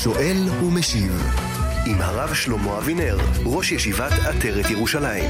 שואל ומשיב עם הרב שלמה אבינר, ראש ישיבת עטרת ירושלים.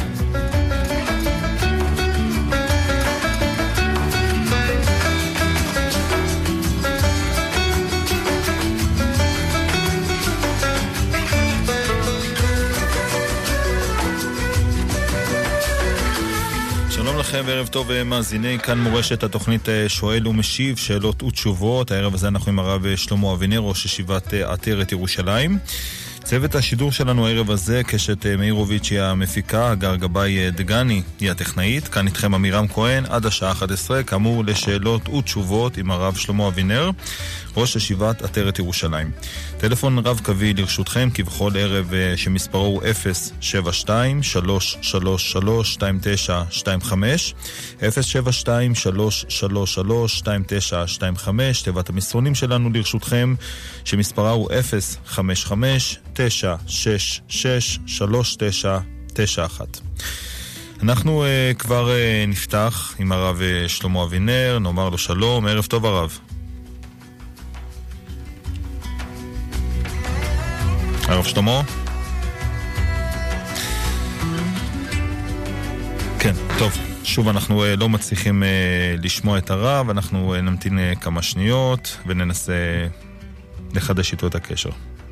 שלום לכם וערב טוב מאזיני כאן מורשת, התוכנית שואל ומשיב, שאלות ותשובות. הערב הזה אנחנו עם הרב שלמה אבינר, ראש ישיבת עטרת ירושלים. צוות השידור שלנו הערב הזה, קשת מאירוביץ' היא המפיקה, הגר גבאי דגני היא הטכנאית. כאן איתכם אמירם כהן עד השעה 11, כאמור לשאלות ותשובות עם הרב שלמה אבינר, ראש ישיבת עטרת ירושלים. טלפון רב קווי לרשותכם כבכל ערב שמספרו הוא 072-333-2925 072-333-2925. תיבת המסרונים שלנו לרשותכם שמספרה הוא 055-966-3991. אנחנו כבר נפתח עם הרב שלמה אבינר, נאמר לו שלום. ערב טוב הרב. הרב שלמה? כן, טוב. שוב אנחנו לא מצליחים לשמוע את הרב, אנחנו נמתין כמה שניות וננסה לחדש איתו את הקשר.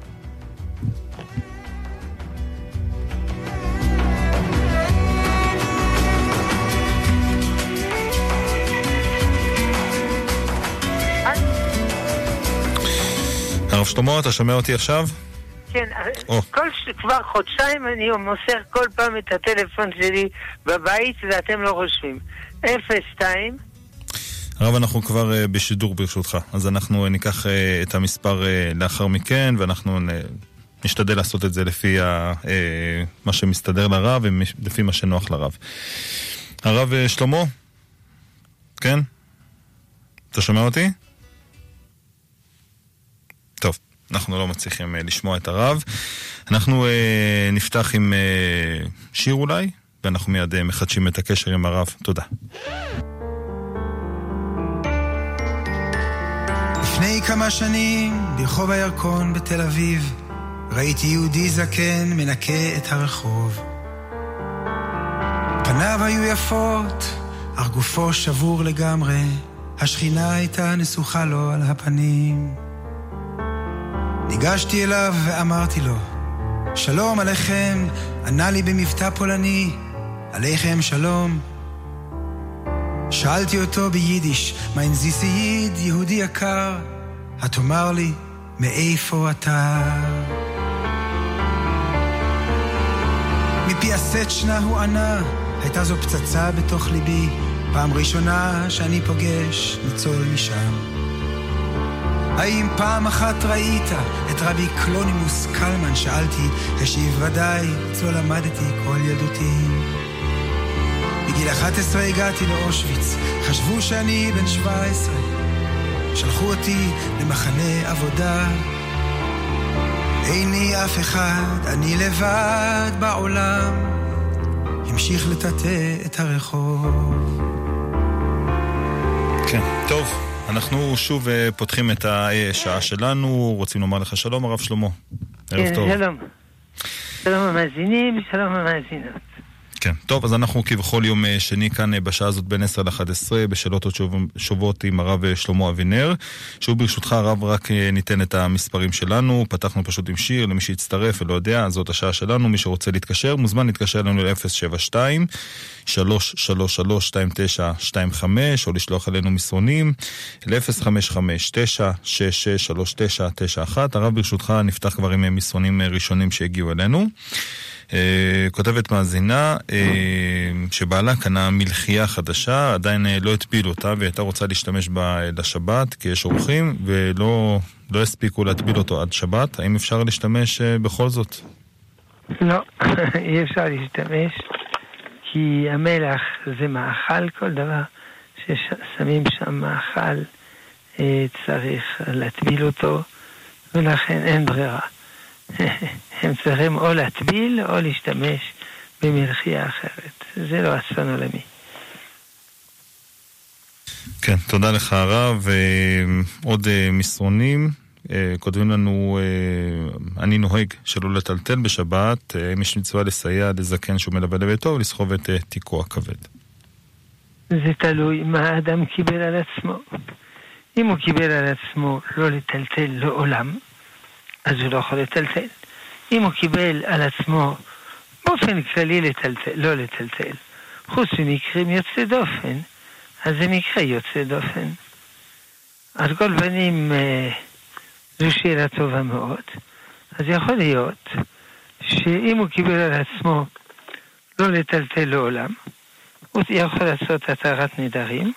הרב שלמה, אתה שומע אותי עכשיו? כן, כבר חודשיים אני מוסר כל פעם את הטלפון שלי בבית ואתם לא רושמים. 02. הרב, אנחנו כבר בשידור ברשותך, אז אנחנו ניקח את המספר לאחר מכן, ואנחנו נשתדל לעשות את זה לפי מה שמסתדר לרב ולפי מה שנוח לרב. הרב שלמה? כן? אתה שומע אותי? טוב, אנחנו לא מצליחים לשמוע את הרב. אנחנו נפתח עם שיר אולי, ואנחנו מיד מחדשים את הקשר עם הרב. תודה. לפני כמה שנים ברחוב הירקון בתל אביב ראיתי יהודי זקן מנקה את הרחוב. פניו היו יפות, אך גופו שבור לגמרי, השכינה הייתה נסוחה לו על הפנים. ניגשתי אליו ואמרתי לו, שלום עליכם. ענה לי במבטא פולני, עליכם שלום. שאלתי אותו ביידיש, מיין זיסייד, יהודי יקר, התאמר לי, מאיפה אתה? מפי הסצ'נה הוא ענה, הייתה זו פצצה בתוך ליבי, פעם ראשונה שאני פוגש ניצול משם. האם פעם אחת ראית את רבי קלונימוס קלמן? שאלתי, השיב ודאי, אצלו למדתי כל ילדותי. בגיל 11 הגעתי לאושוויץ, חשבו שאני בן 17, שלחו אותי למחנה עבודה. איני אף אחד, אני לבד בעולם, המשיך לטאטא את הרחוב. כן, טוב. אנחנו שוב פותחים את השעה שלנו, רוצים לומר לך שלום הרב שלמה. ערב טוב. שלום. שלום המאזינים, שלום המאזינות. כן, טוב, אז אנחנו כבכל יום שני כאן בשעה הזאת בין 10 ל-11 בשאלות ותשובות עם הרב שלמה אבינר. שוב ברשותך הרב, רק ניתן את המספרים שלנו. פתחנו פשוט עם שיר, למי שיצטרף ולא יודע, זאת השעה שלנו. מי שרוצה להתקשר מוזמן להתקשר לנו ל-072-333-2925 או לשלוח אלינו מסרונים ל-055-966-3991. הרב ברשותך נפתח כבר עם מסרונים ראשונים שהגיעו אלינו. כותבת מאזינה שבעלה קנה מלחייה חדשה, עדיין לא הטביל אותה והייתה רוצה להשתמש בה לשבת כי יש אורחים ולא הספיקו להטביל אותו עד שבת. האם אפשר להשתמש בכל זאת? לא, אי אפשר להשתמש כי המלח זה מאכל, כל דבר ששמים שם מאכל צריך להטביל אותו ולכן אין ברירה. הם צריכים או להטביל או להשתמש במלחייה אחרת. זה לא אסון עולמי. כן, תודה לך הרב. עוד מסרונים, כותבים לנו, אני נוהג שלא לטלטל בשבת, אם יש מצווה לסייע לזקן שהוא מלווה לביתו ולסחוב את תיקו הכבד. זה תלוי מה האדם קיבל על עצמו. אם הוא קיבל על עצמו לא לטלטל לעולם, אז הוא לא יכול לטלטל. אם הוא קיבל על עצמו באופן כללי לטלטל, לא לטלטל, חוץ ממקרים יוצא דופן, אז זה מקרה יוצא דופן. על כל פנים, זו שאלה טובה מאוד. אז יכול להיות שאם הוא קיבל על עצמו לא לטלטל לעולם, הוא יכול לעשות התרת נדרים,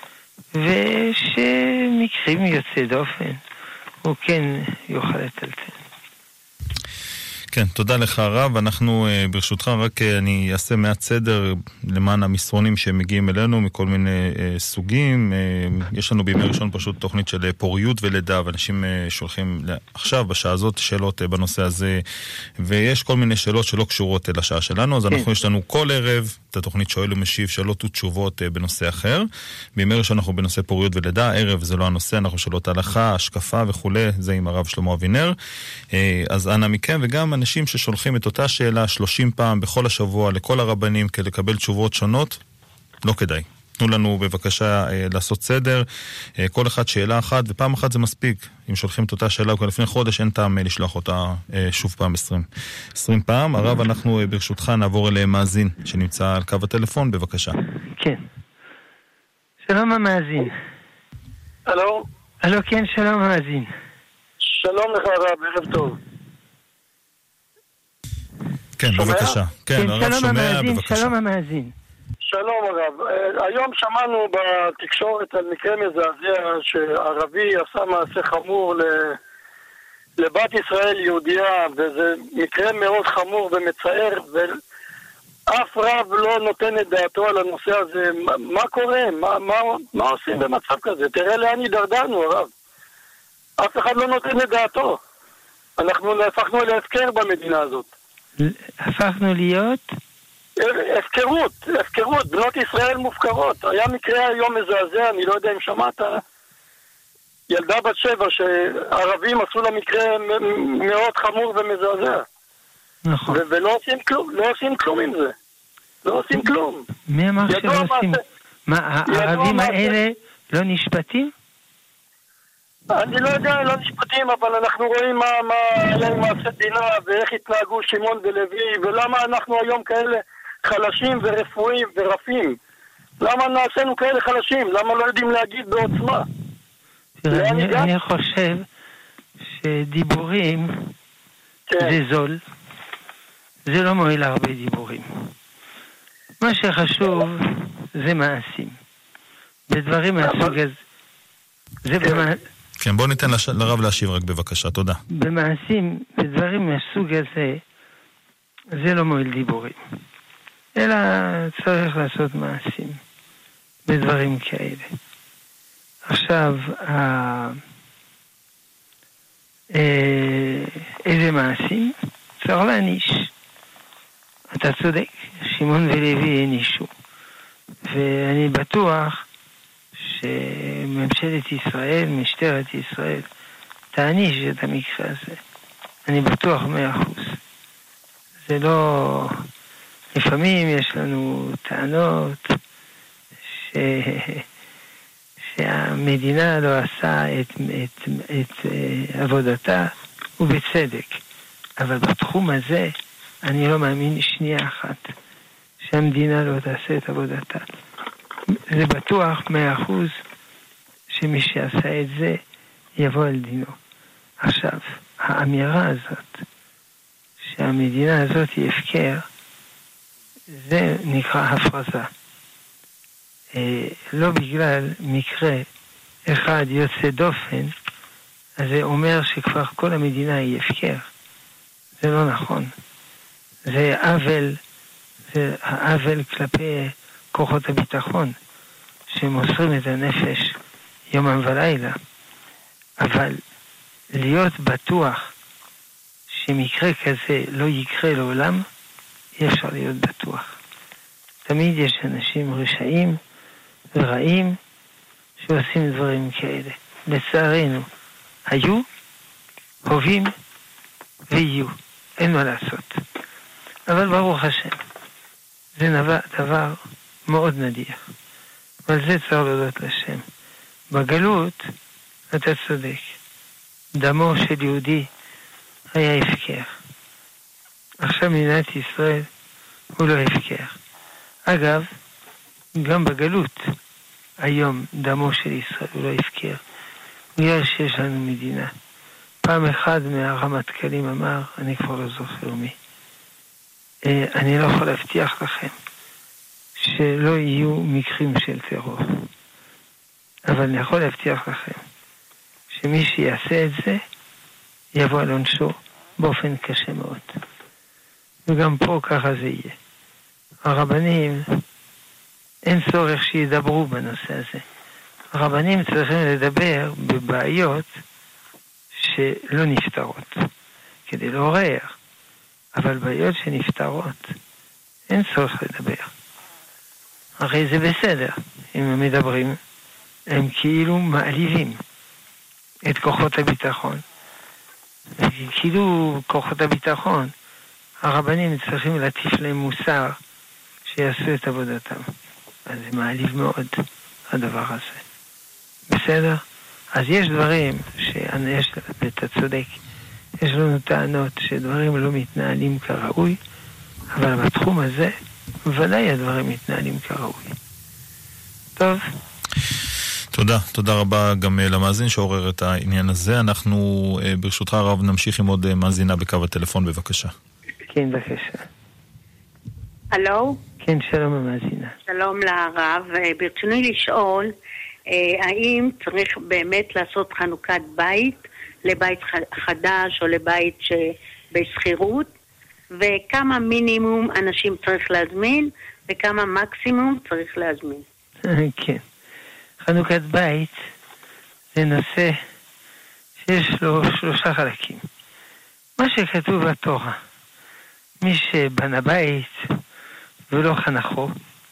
ושמקרים יוצא דופן הוא כן יוכל לטלטל. כן, תודה לך הרב. אנחנו ברשותך רק אני אעשה מעט סדר למען המסרונים שמגיעים אלינו מכל מיני סוגים. יש לנו בימי ראשון פשוט תוכנית של פוריות ולידה, ואנשים שולחים עכשיו בשעה הזאת שאלות בנושא הזה, ויש כל מיני שאלות שלא קשורות לשעה שלנו, אז אנחנו יש לנו כל ערב את התוכנית שואל ומשיב שאלות ותשובות בנושא אחר. בימי ראשון אנחנו בנושא פוריות ולידה, ערב זה לא הנושא, אנחנו שאלות הלכה, השקפה וכו', זה עם הרב שלמה אבינר. אז אנא מכם, וגם אנשים ששולחים את אותה שאלה 30 פעם בכל השבוע לכל הרבנים כדי לקבל תשובות שונות, לא כדאי. תנו לנו בבקשה לעשות סדר, כל אחד שאלה אחת, ופעם אחת זה מספיק. אם שולחים את אותה שאלה לפני חודש, אין טעם לשלוח אותה שוב פעם 20 פעם. הרב, אנחנו ברשותך נעבור אליהם מאזין שנמצא על קו הטלפון, בבקשה. כן. שלום המאזין. הלו? הלו, כן, שלום המאזין. שלום לך הרב, ערב טוב. כן, בבקשה. כן, הרב שומע, בבקשה. שלום המאזין. שלום הרב. היום שמענו בתקשורת על מקרה מזעזע שערבי עשה מעשה חמור לבת ישראל יהודייה, וזה מקרה מאוד חמור ומצער, ואף רב לא נותן את דעתו על הנושא הזה. מה קורה? מה עושים במצב כזה? תראה לאן הידרדרנו הרב. אף אחד לא נותן את דעתו. אנחנו הפכנו להפקר במדינה הזאת. הפכנו להיות? הפקרות, בנות ישראל מופקרות. היה מקרה היום מזעזע, אני לא יודע אם שמעת, ילדה בת 7 שערבים עשו לה מקרה מאוד חמור ומזעזע. נכון. ולא עושים כלום, לא עושים כלום עם זה. לא עושים כלום. מי אמר שלא עושים? מה, הערבים האלה לא נשפטים? אני לא יודע, לא נשפטים, אבל אנחנו רואים מה היה עם מעשה דינה ואיך התנהגו שמעון ולוי, ולמה אנחנו היום כאלה חלשים ורפואיים ורפים. למה נעשינו כאלה חלשים? למה לא יודעים להגיד בעוצמה? אני חושב שדיבורים זה זול, זה לא מועיל הרבה דיבורים. מה שחשוב זה מעשים. בדברים מהסוג הזה. זה כן, בוא ניתן לרב להשיב רק בבקשה, תודה. במעשים, בדברים מהסוג הזה, זה לא מועיל דיבורים. אלא צריך לעשות מעשים בדברים כאלה. עכשיו, איזה מעשים? צריך להניש. אתה צודק, שמעון ולוי הנישו. ואני בטוח שממשלת ישראל, משטרת ישראל, תעניש את המקרה הזה. אני בטוח 100%. זה לא... לפעמים יש לנו טענות שהמדינה לא עשה את עבודתה, ובצדק. אבל בתחום הזה אני לא מאמין שנייה אחת שהמדינה לא תעשה את עבודתה. זה בטוח 100% שמי שעשה את זה יבוא על דינו. עכשיו, האמירה הזאת שהמדינה הזאת היא הפקר, זה נקרא הפרזה. לא בגלל מקרה אחד יוצא דופן, אז זה אומר שכבר כל המדינה היא הפקר. זה לא נכון. זה עוול, זה העוול כלפי כוחות הביטחון, שמוסרים את הנפש יומם ולילה. אבל להיות בטוח שמקרה כזה לא יקרה לעולם, אי אפשר להיות בטוח. תמיד יש אנשים רשעים ורעים שעושים דברים כאלה. לצערנו, היו הווים ויהיו, אין מה לעשות. אבל ברוך השם, זה דבר מאוד נדיר. ועל זה צריך להודות לשם. בגלות, אתה צודק, דמו של יהודי היה הפקר. עכשיו מדינת ישראל הוא לא הפקר. אגב, גם בגלות, היום דמו של ישראל הוא לא הפקר. בגלל שיש לנו מדינה. פעם אחד מהרמטכ"לים אמר, אני כבר לא זוכר מי, אני לא יכול להבטיח לכם שלא יהיו מקרים של טרור. אבל אני יכול להבטיח לכם שמי שיעשה את זה יבוא על עונשו באופן קשה מאוד. וגם פה ככה זה יהיה. הרבנים, אין צורך שידברו בנושא הזה. הרבנים צריכים לדבר בבעיות שלא נפתרות, כדי לעורר. אבל בעיות שנפתרות, אין צורך לדבר. הרי זה בסדר, אם הם מדברים, הם כאילו מעליבים את כוחות הביטחון. כאילו כוחות הביטחון, הרבנים צריכים להטיף להם מוסר שיעשו את עבודתם. אז זה מעליב מאוד, הדבר הזה. בסדר? אז יש דברים ואתה צודק, יש לנו טענות שדברים לא מתנהלים כראוי, אבל בתחום הזה ודאי הדברים מתנהלים כראוי. טוב. תודה רבה גם למאזין שעורר את העניין הזה. אנחנו ברשותך הרב נמשיך עם עוד מאזינה בקו הטלפון, בבקשה. כן, בבקשה. הלו? כן, שלום המאזינה. שלום לרב. ברצוני לשאול, האם צריך באמת לעשות חנוכת בית לבית חדש או לבית בסחירות, וכמה מינימום אנשים צריך להזמין וכמה מקסימום צריך להזמין? כן. חנוכת בית זה נושא שיש לו 3 חלקים. מה שכתוב בתורה, מי שבנה בית ולא חנכו,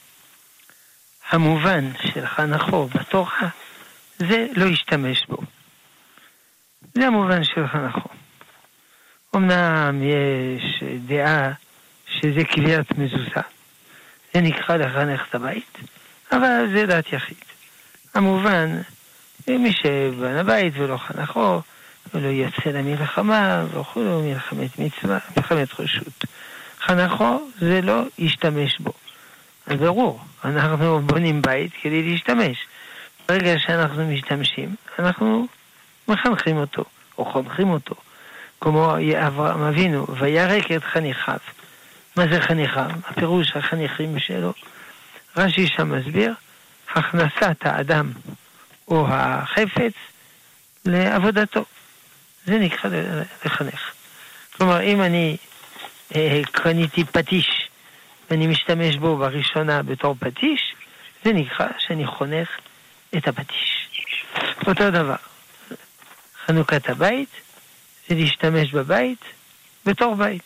המובן של חנכו בתורה זה לא ישתמש בו. זה המובן של חנכו. אמנם יש דעה שזה קביעת מזוזה, זה נקרא לחנך את הבית, אבל זה דעת יחיד. המובן, מי שבנה בית ולא חנכו, ולא יצא למלחמה, וכולו מלחמת מצווה, מלחמת רשות. חנכו זה לא ישתמש בו. אז ברור, אנחנו בונים בית כדי להשתמש. ברגע שאנחנו משתמשים, אנחנו מחנכים אותו, או חונכים אותו. כמו אברהם אבינו, וירק את חניכיו. מה זה חניכיו? הפירוש החניכים שלו. רש"י שם מסביר, הכנסת האדם או החפץ לעבודתו. זה נקרא לחנך. כלומר, אם אני קניתי פטיש ואני משתמש בו בראשונה בתור פטיש, זה נקרא שאני חונך את הפטיש. אותו דבר. חנוכת הבית זה להשתמש בבית בתור בית.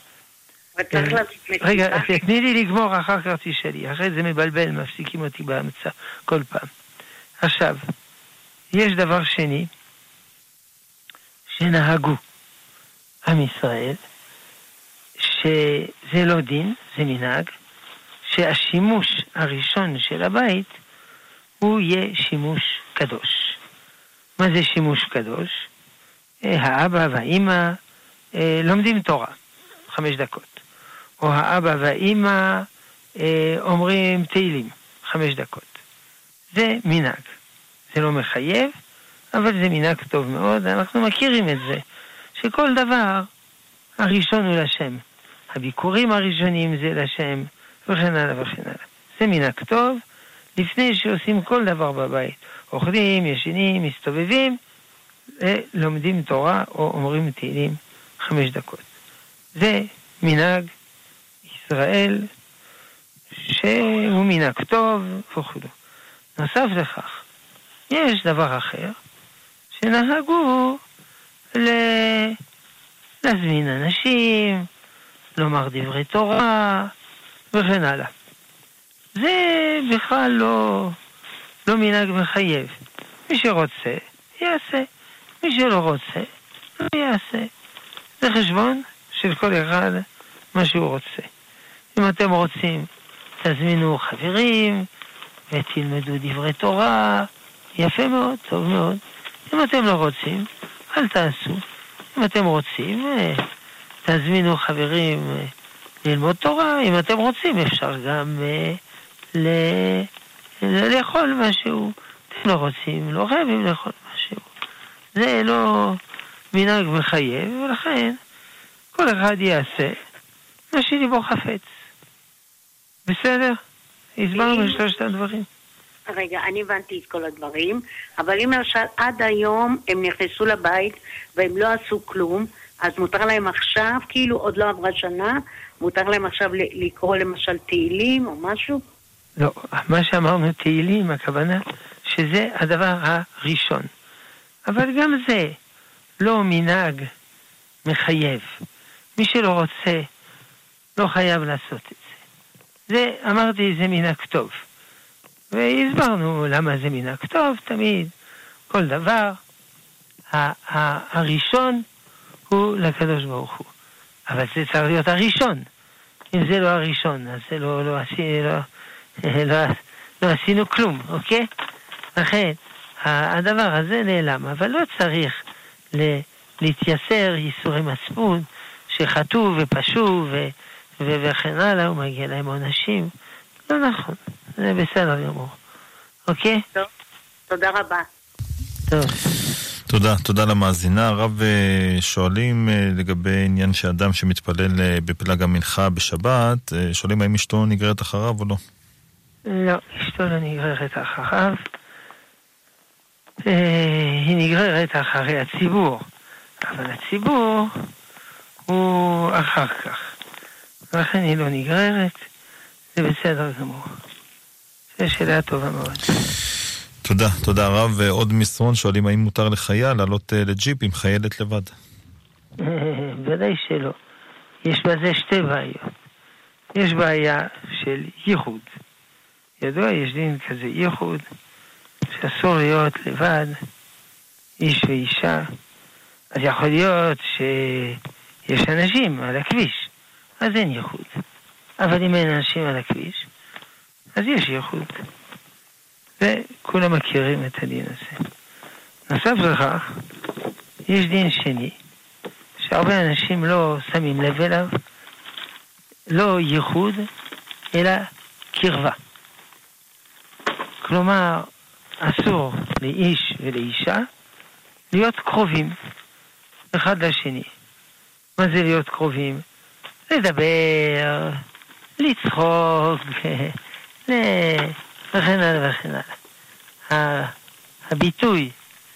רגע, תני לי לגמור, אחר כך תשאלי. אחרי זה מבלבל, מפסיקים אותי באמצע כל פעם. עכשיו, יש דבר שני שנהגו עם ישראל, שזה לא דין, זה מנהג, שהשימוש הראשון של הבית הוא יהיה שימוש קדוש. מה זה שימוש קדוש? האבא והאמא לומדים תורה 5 דקות, או האבא והאמא אומרים תהילים 5 דקות. זה מנהג, זה לא מחייב, אבל זה מנהג טוב מאוד. אנחנו מכירים את זה, שכל דבר הראשון הוא לשם, הביקורים הראשונים זה לשם, וכן הלאה וכן הלאה. זה מנהג טוב לפני שעושים כל דבר בבית, אוכלים, ישנים, מסתובבים, לומדים תורה או אומרים תהילים 5 דקות. זה מנהג ישראל שהוא מנהג טוב וכו'. נוסף לכך, יש דבר אחר שנהגו להזמין אנשים, לומר דברי תורה וכן הלאה. זה בכלל לא מנהג מחייב. מי שרוצה יעשה, מי שלא רוצה הוא יעשה. זה חשבון של כל אחד מה שהוא רוצה. אם אתם רוצים, תזמינו חברים ותלמדו דברי תורה, יפה מאוד, טוב מאוד. אם אתם לא רוצים, אל תעשו. אם אתם רוצים, תזמינו חברים ללמוד תורה. אם אתם רוצים, אפשר גם לאכול משהו. אתם לא רוצים, לא חייבים לאכול משהו. זה לא מנהג מחייב, ולכן כל אחד יעשה מה שליבו חפץ. בסדר? הסברנו שלושת הדברים. רגע, אני הבנתי את כל הדברים, אבל אם למשל עד היום הם נכנסו לבית והם לא עשו כלום, אז מותר להם עכשיו, כאילו עוד לא עברה שנה, מותר להם עכשיו לקרוא למשל תהילים או משהו? לא, מה שאמרנו תהילים, הכוונה שזה הדבר הראשון. אבל גם זה לא מנהג מחייב. מי שלא רוצה לא חייב לעשות את זה. זה, אמרתי, זה מנהג טוב. והסברנו למה זה מנהג טוב, תמיד, כל דבר. הראשון הוא לקדוש ברוך הוא. אבל זה צריך להיות הראשון. אם זה לא הראשון, אז זה לא עשינו כלום, אוקיי? לכן, הדבר הזה נעלם, אבל לא צריך להתייסר ייסורי מצפון, שחטאו ופשעו וכן הלאה, הוא מגיע להם עונשים. לא נכון, זה בסדר גמור. אוקיי? טוב, תודה רבה. טוב. תודה למאזינה. הרב, שואלים לגבי עניין שאדם שמתפלל בפלג המנחה בשבת, שואלים האם אשתו נגררת אחריו או לא? לא, אשתו לא נגררת אחריו. היא נגררת אחרי הציבור, אבל הציבור הוא אחר כך. לכן היא לא נגררת, זה בסדר גמור. זו שאלה טובה מאוד. תודה הרב. עוד מסרון, שואלים האם מותר לחייל לעלות לג'יפ עם חיילת לבד? ודאי שלא. יש בזה שתי בעיות. יש בעיה של ייחוד. ידוע, יש דין כזה ייחוד, שאסור להיות לבד, איש ואישה. אז יכול להיות שיש אנשים על הכביש, אז אין ייחוד. אבל אם אין אנשים על הכביש, אז יש ייחוד. וכולם מכירים את הדין הזה. נוסף לכך, יש דין שני, שהרבה אנשים לא שמים לב אליו, לא ייחוד, אלא קרבה. כלומר, אסור לאיש ולאישה להיות קרובים אחד לשני. מה זה להיות קרובים? לדבר, לצחוק, וכן הלאה וכן הלאה. הביטוי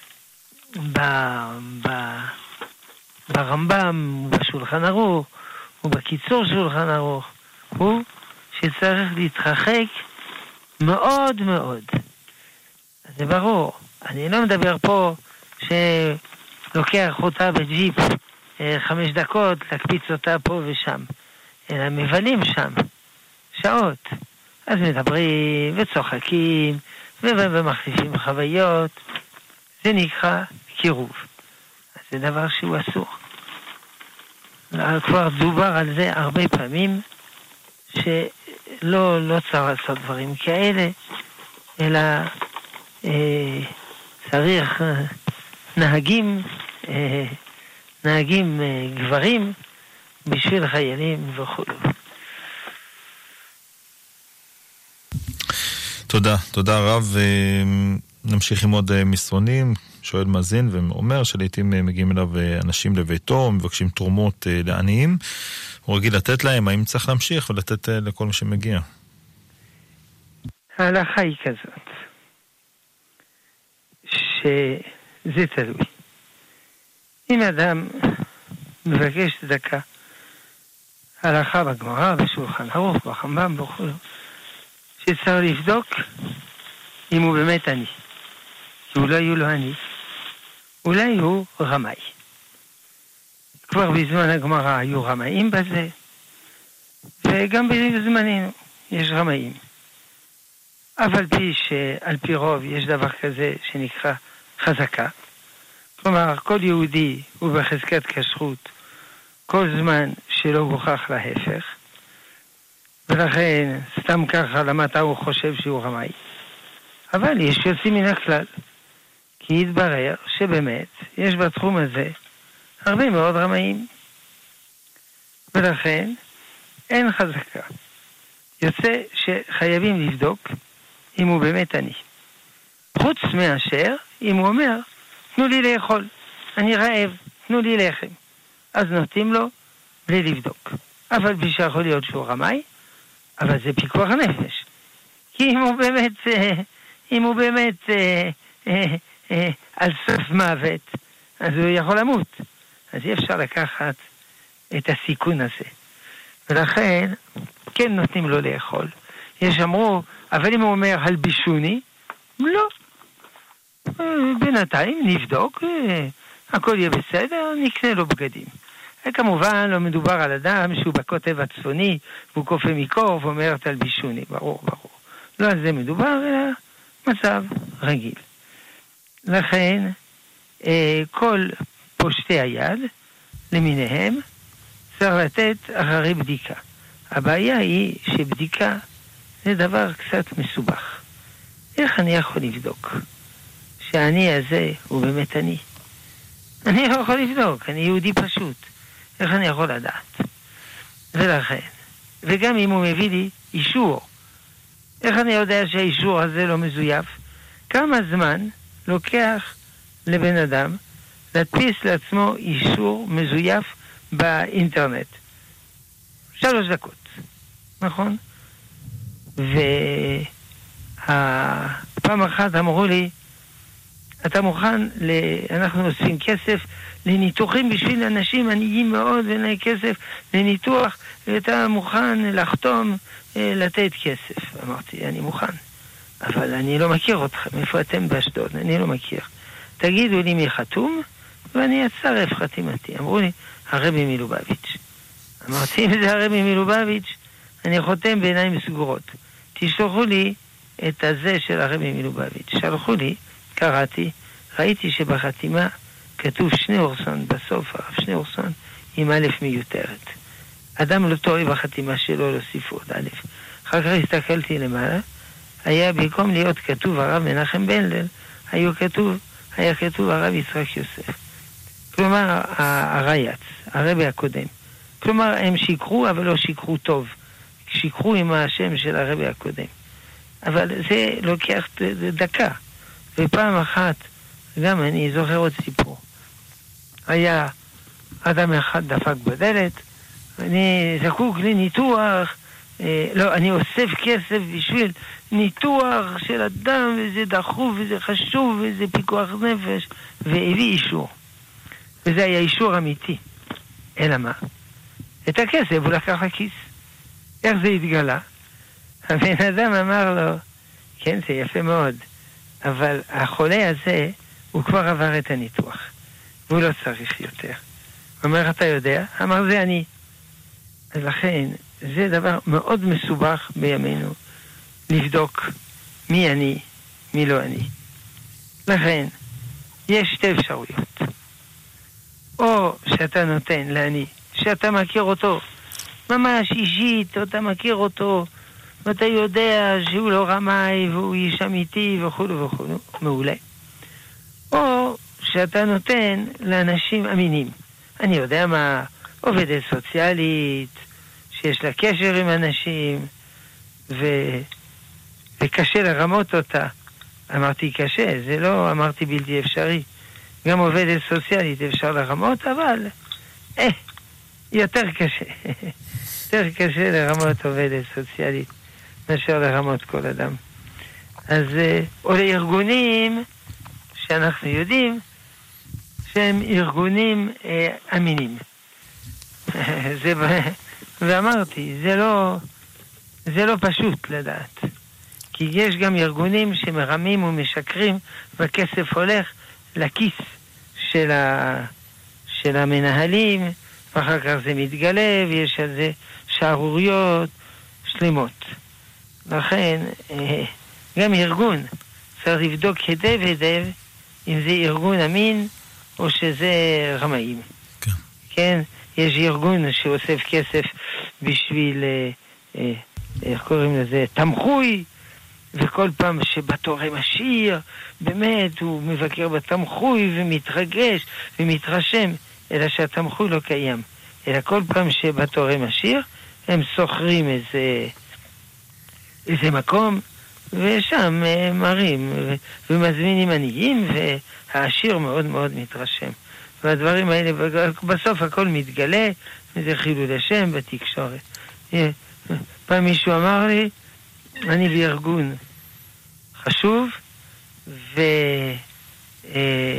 ברמב"ם, בשולחן ערוך, ובקיצור שולחן ערוך, הוא שצריך להתרחק מאוד מאוד. אז זה ברור. אני לא מדבר פה שלוקח אותה בג'יפ 5 דקות, להקפיץ אותה פה ושם, אלא מבלים שם שעות. אז מדברים וצוחקים ומחליפים חוויות. זה נקרא קירוב. אז זה דבר שהוא אסור. כבר דובר על זה הרבה פעמים, שלא צריך לעשות דברים כאלה, אלא צריך נהגים גברים בשביל חיילים וכו'. תודה רב. נמשיך עם עוד מסרונים. שואל מאזין ואומר שלעיתים מגיעים אליו אנשים לביתו, מבקשים תרומות לעניים. הוא רגיל לתת להם, האם צריך להמשיך ולתת לכל מי שמגיע? ההלכה היא כזאת, שזה תלוי. אם אדם מבקש צדקה, ההלכה בגמרא, בשולחן ערוך, בחמב"ם, בכל, שצריך לבדוק אם הוא באמת עני. כי אולי הוא לא עני, אולי הוא רמאי. כבר בזמן הגמרא היו רמאים בזה, וגם בזמננו יש רמאים. אבל על פי רוב יש דבר כזה שנקרא חזקה. כלומר, כל יהודי הוא בחזקת כשרות כל זמן שלא הוכח להפך, ולכן סתם ככה למטה הוא חושב שהוא רמאי. אבל יש יוצאים מן הכלל, כי התברר שבאמת יש בתחום הזה הרבה מאוד רמאים, ולכן אין חזקה. יוצא שחייבים לבדוק אם הוא באמת עני. חוץ מאשר אם הוא אומר, תנו לי לאכול, אני רעב, תנו לי לחם. אז נותנים לו בלי לבדוק. אבל בלי שיכול להיות שהוא רמאי, אבל זה פיקוח נפש. כי אם הוא באמת על סוף מוות, אז הוא יכול למות. אז אי אפשר לקחת את הסיכון הזה. ולכן, כן נותנים לו לאכול. יש אמרו, אבל אם הוא אומר הלבישוני, לא. בינתיים נבדוק, הכל יהיה בסדר, נקנה לו בגדים. וכמובן לא מדובר על אדם שהוא בקוטב הצפוני, והוא קופא מקור ואומר תלבישוני, ברור. לא על זה מדובר, אלא מצב רגיל. לכן, כל פושטי היד למיניהם צריך לתת אחרי בדיקה. הבעיה היא שבדיקה זה דבר קצת מסובך. איך אני יכול לבדוק שהעני הזה הוא באמת עני? אני לא יכול לבדוק, אני יהודי פשוט. איך אני יכול לדעת? ולכן, וגם אם הוא מביא לי אישור, איך אני יודע שהאישור הזה לא מזויף? כמה זמן לוקח לבן אדם להדפיס לעצמו אישור מזויף באינטרנט? 3 דקות, נכון? פעם אחת אמרו לי, אתה מוכן, אנחנו עושים כסף לניתוחים בשביל אנשים עניים מאוד ואין להם כסף לניתוח, ואתה מוכן לחתום לתת כסף. אמרתי, אני מוכן, אבל אני לא מכיר אתכם, איפה אתם באשדוד? אני לא מכיר. תגידו לי מי חתום ואני אצרף חתימתי. אמרו לי, הרבי מלובביץ'. אמרתי, אם זה הרבי מלובביץ', אני חותם בעיניים סגורות. תשלחו לי את הזה של הרבי מלובביץ'. שלחו לי, קראתי, ראיתי שבחתימה כתוב שניאורסון בסוף, הרב שניאורסון, עם א' מיותרת. אדם לא טועה בחתימה שלו להוסיף עוד א'. אחר כך הסתכלתי למעלה, היה במקום להיות כתוב הרב מנחם בנדל, היה כתוב הרב יצחק יוסף. כלומר, הרייץ, הרבי הקודם. כלומר, הם שיקרו, אבל לא שיקרו טוב. שיקרו עם השם של הרבי הקודם. אבל זה לוקח דקה. ופעם אחת, גם אני זוכר עוד סיפור. היה אדם אחד דפק בדלת, אני זקוק לניתוח, אני אוסף כסף בשביל ניתוח של אדם, וזה דחוף, וזה חשוב, וזה פיקוח נפש, והביא אישור. וזה היה אישור אמיתי. אלא מה? את הכסף הוא לקח לכיס. איך זה התגלה? הבן אדם אמר לו, כן, זה יפה מאוד, אבל החולה הזה, הוא כבר עבר את הניתוח, והוא לא צריך יותר. הוא אומר, אתה יודע? אמר, זה אני. אז לכן, זה דבר מאוד מסובך בימינו, לבדוק מי אני, מי לא אני. לכן, יש 2 אפשרויות. או שאתה נותן לעני, שאתה מכיר אותו, ממש אישית, או אתה מכיר אותו, ואתה יודע שהוא לא רמאי, והוא איש אמיתי, וכו' וכו', מעולה. או שאתה נותן לאנשים אמינים. אני יודע מה, עובדת סוציאלית, שיש לה קשר עם אנשים, וקשה לרמות אותה. אמרתי קשה, זה לא אמרתי בלתי אפשרי. גם עובדת סוציאלית אפשר לרמות, אבל יותר קשה. יותר קשה לרמות עובדת סוציאלית מאשר לרמות כל אדם. אז, או לארגונים שאנחנו יודעים שהם ארגונים אמינים. ואמרתי, זה לא פשוט לדעת. כי יש גם ארגונים שמרמים ומשקרים, והכסף הולך לכיס של המנהלים, ואחר כך זה מתגלה, ויש על זה שערוריות שלמות. לכן, גם ארגון צריך לבדוק היטב אם זה ארגון אמין, או שזה רמאים. כן. כן? יש ארגון שאוסף כסף בשביל, איך קוראים לזה? תמחוי, וכל פעם שבתורם עשיר, באמת הוא מבקר בתמחוי ומתרגש ומתרשם, אלא שהתמחוי לא קיים. אלא כל פעם שבתורם עשיר, הם סוחרים איזה מקום, ושם מראים ומזמינים עניים, והעשיר מאוד מאוד מתרשם. והדברים האלה, בסוף הכל מתגלה, וזה חילול השם בתקשורת. פעם מישהו אמר לי, אני בארגון חשוב, ויש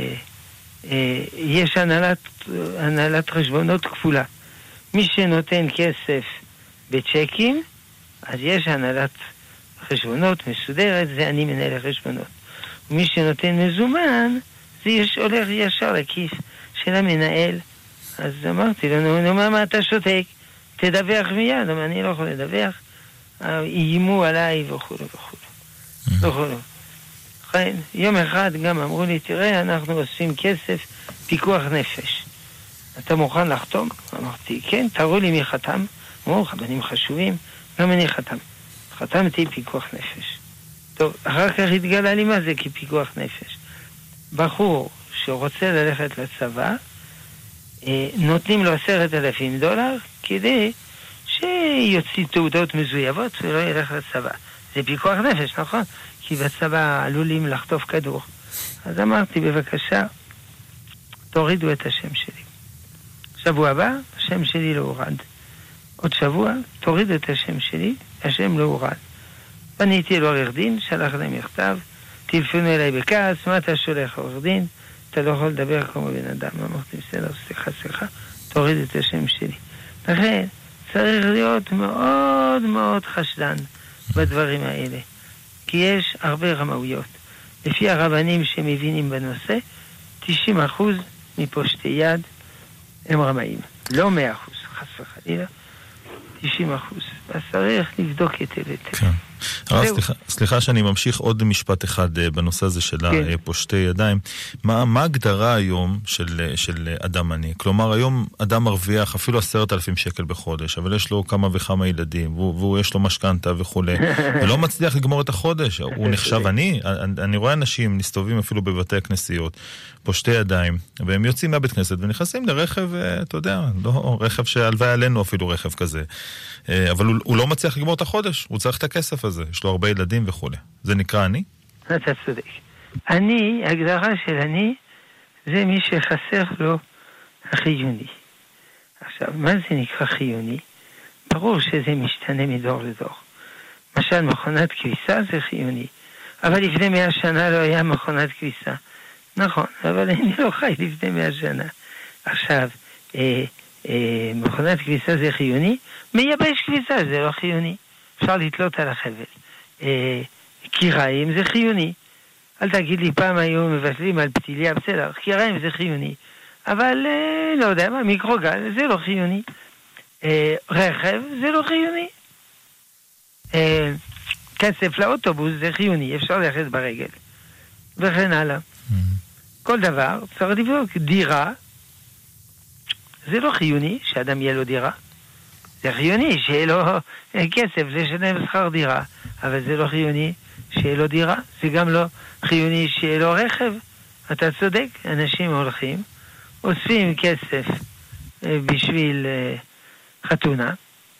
הנהלת חשבונות כפולה. מי שנותן כסף בצ'קים, אז יש הנהלת חשבונות מסודרת, זה אני מנהל החשבונות. ומי שנותן מזומן, זה הולך ישר לכיס של המנהל. אז אמרתי לו, מה אתה שותק? תדווח מיד. אבל אני לא יכול לדווח. איימו עליי וכו' וכו'. לכן, יום אחד גם אמרו לי, תראה, אנחנו עושים כסף פיקוח נפש. אתה מוכן לחתום? אמרתי, כן, תראו לי מי חתם. אמרו, רבנים חשובים, גם אני חתמתי פיקוח נפש. טוב, אחר כך התגלה לי מה זה כפיקוח נפש. בחור שרוצה ללכת לצבא, נותנים לו $10,000 כדי שיוציא תעודות מזויבות ולא ילך לצבא. זה פיקוח נפש, נכון? כי בצבא עלולים לחטוף כדור. אז אמרתי, בבקשה, תורידו את השם שלי. שבוע הבא, השם שלי לא הורד. עוד שבוע, תורידו את השם שלי, השם לא הורד. פניתי לו עורך דין, שלח להם מכתב, טלפנו אליי בכעס, מה אתה שולח עורך דין? אתה לא יכול לדבר כמו בן אדם. אמרתי, בסדר, סליחה, תוריד את השם שלי. לכן, צריך להיות מאוד מאוד חשדן בדברים האלה. כי יש הרבה רמאויות. לפי הרבנים שמבינים בנושא, 90% מפושטי יד הם רמאים. לא 100%, חס וחלילה, 90%. אז צריך לבדוק היטב. כן. סליחה שאני ממשיך עוד משפט אחד בנושא הזה של פושטי ידיים. מה ההגדרה היום של אדם עני? כלומר, היום אדם מרוויח אפילו 10,000 שקל בחודש, אבל יש לו כמה וכמה ילדים, והוא יש לו משכנתה וכו', ולא מצליח לגמור את החודש. הוא נחשב עני? אני רואה אנשים נסתובבים אפילו בבתי הכנסיות, פושטי ידיים, והם יוצאים מהבית כנסת ונכנסים לרכב, אתה יודע, לא רכב שהלווה עלינו אפילו רכב כזה. אבל הוא לא מצליח לגמור את החודש, הוא צריך את הכסף הזה, יש לו הרבה ילדים וכו'. זה נקרא עני? אתה צודק. עני, הגדרה של עני, זה מי שחסר לו החיוני. עכשיו, מה זה נקרא חיוני? ברור שזה משתנה מדור לדור. למשל, מכונת כביסה זה חיוני. אבל לפני 100 שנה לא היה מכונת כביסה. נכון, אבל אני לא חי לפני 100 שנה. עכשיו, מכונת כביסה זה חיוני, מייבש כביסה זה לא חיוני. אפשר לתלות על החבל. קיריים זה חיוני. אל תגיד לי, פעם היו מבטלים על פתיליה, בסדר, קיריים זה חיוני. אבל לא יודע מה, מיקרוגל זה לא חיוני. רכב זה לא חיוני. כסף לאוטובוס זה חיוני, אפשר ללכת ברגל. וכן הלאה. כל דבר צריך לבדוק. דירה זה לא חיוני שאדם יהיה לו דירה. זה חיוני שיהיה לו כסף לשלם שכר דירה, אבל זה לא חיוני שיהיה לו דירה. זה גם לא חיוני שיהיה לו רכב. אתה צודק, אנשים הולכים, אוספים כסף בשביל חתונה,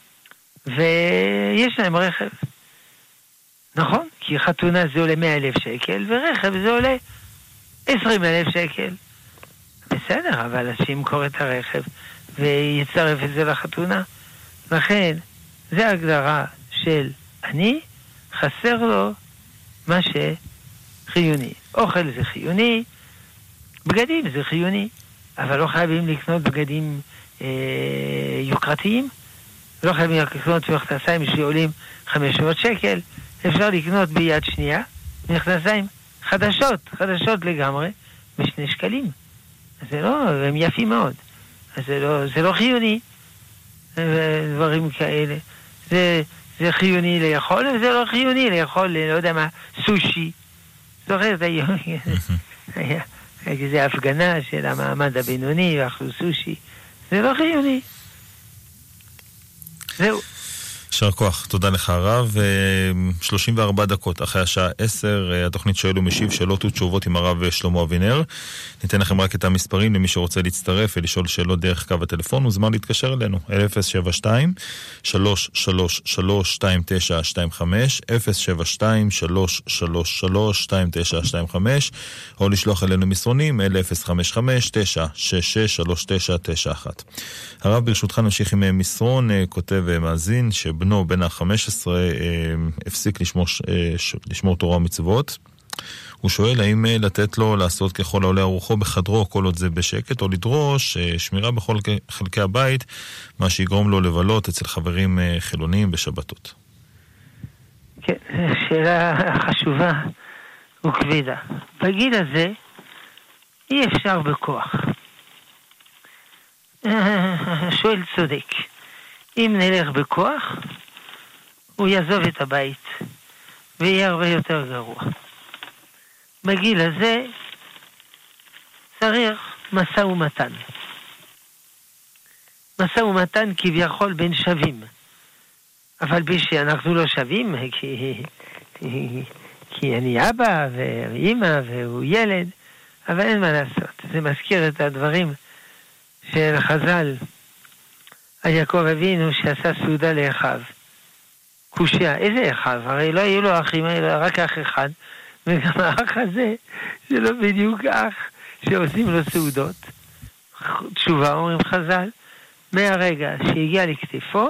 ויש להם רכב. נכון? כי חתונה זה עולה 100,000 שקל, ורכב זה עולה 20,000 שקל. בסדר, אבל אז שימכור את הרכב ויצרף את זה לחתונה. לכן, זה הגדרה של אני, חסר לו מה שחיוני. אוכל זה חיוני, בגדים זה חיוני, אבל לא חייבים לקנות בגדים יוקרתיים, לא חייבים לקנות מכנסיים שעולים 500 שקל, אפשר לקנות ביד שנייה מכנסיים חדשות לגמרי, ב2 שקלים. זה לא, הם יפים מאוד. אז זה לא חיוני, דברים כאלה. זה חיוני לאכול, וזה לא חיוני לאכול, לא יודע מה, סושי. זוכרת, זה הפגנה של המעמד הבינוני ואכלו סושי. זה לא חיוני. זהו. שר כוח, תודה לך הרב. 34 דקות אחרי השעה 10, התוכנית שואל ומשיב שאלות ותשובות עם הרב שלמה אבינר. ניתן לכם רק את המספרים למי שרוצה להצטרף ולשאול שאלות דרך קו הטלפון, וזמן להתקשר אלינו 072-333-2925 072-333-2925 או לשלוח אלינו מסרונים 055-966-3991. הרב, ברשותך נמשיך עם מסרון. כותב מאזין שבנו בן ה-15 הפסיק לשמור תורה ומצוות. הוא שואל האם לתת לו לעשות ככל העולה רוחו בחדרו כל עוד זה בשקט, או לדרוש שמירה בכל חלקי הבית, מה שיגרום לו לבלות אצל חברים חילוניים בשבתות. כן, שאלה חשובה וכבדה. בגיל הזה אי אפשר בכוח. שואל צודק. אם נלך בכוח, הוא יעזוב את הבית, ויהיה הרבה יותר גרוע. בגיל הזה צריך משא ומתן. משא ומתן כביכול בין שווים. אבל שאנחנו לא שווים, כי אני אבא ואמא והוא ילד, אבל אין מה לעשות. זה מזכיר את הדברים של חז"ל. יעקב אבינו שעשה סעודה לאחיו. קושיה, איזה אחיו? הרי לא היו לו אחים, היה לו רק אח אחד, וגם האח הזה, שלא בדיוק אח שעושים לו סעודות. תשובה, אומרים חז"ל, מהרגע שהגיע לכתפו,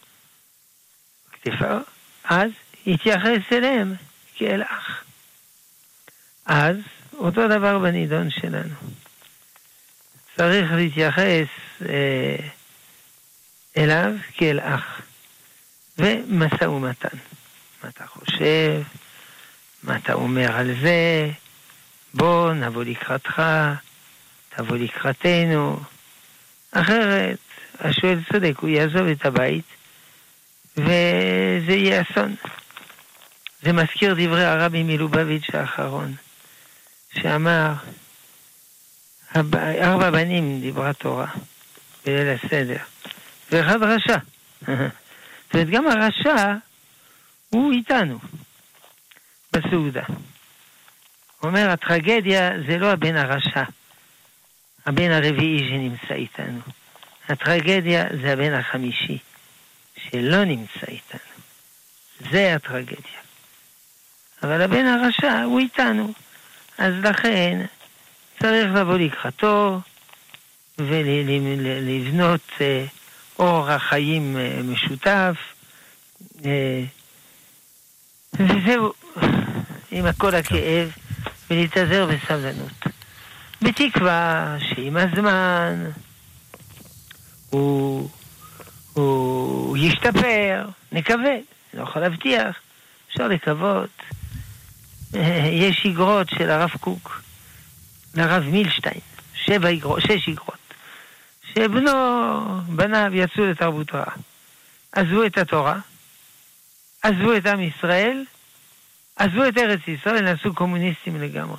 אז התייחס אליהם כאל אח. אז אותו דבר בנידון שלנו. צריך להתייחס אליו כאל אח. ומשא ומתן. מה אתה חושב? מה אתה אומר על זה? בוא נבוא לקראתך, תבוא לקראתנו. אחרת, השואל צודק, הוא יעזוב את הבית, וזה יהיה אסון. זה מזכיר דברי הרבי מלובביץ' האחרון, שאמר, 4 בנים דיברה תורה בליל הסדר, ואחד רשע. זאת אומרת, גם הרשע הוא איתנו בסעודה. הוא אומר, הטרגדיה זה לא הבן הרשע, הבן הרביעי שנמצא איתנו. הטרגדיה זה הבן החמישי שלא נמצא איתנו. זה הטרגדיה. אבל הבן הרשע הוא איתנו. אז לכן צריך לבוא לקראתו ולבנות אורח חיים משותף. וזהו, עם הכל הכאב, ולהתאזר בסבלנות. בתקווה שעם הזמן הוא ישתפר, נקווה, לא יכול להבטיח, אפשר לקוות. יש איגרות של הרב קוק, לרב מילשטיין, 6 איגרות, בניו יצאו לתרבות רעה, עזבו את התורה, עזבו את עם ישראל, עזבו את ארץ ישראל, נעשו קומוניסטים לגמרי.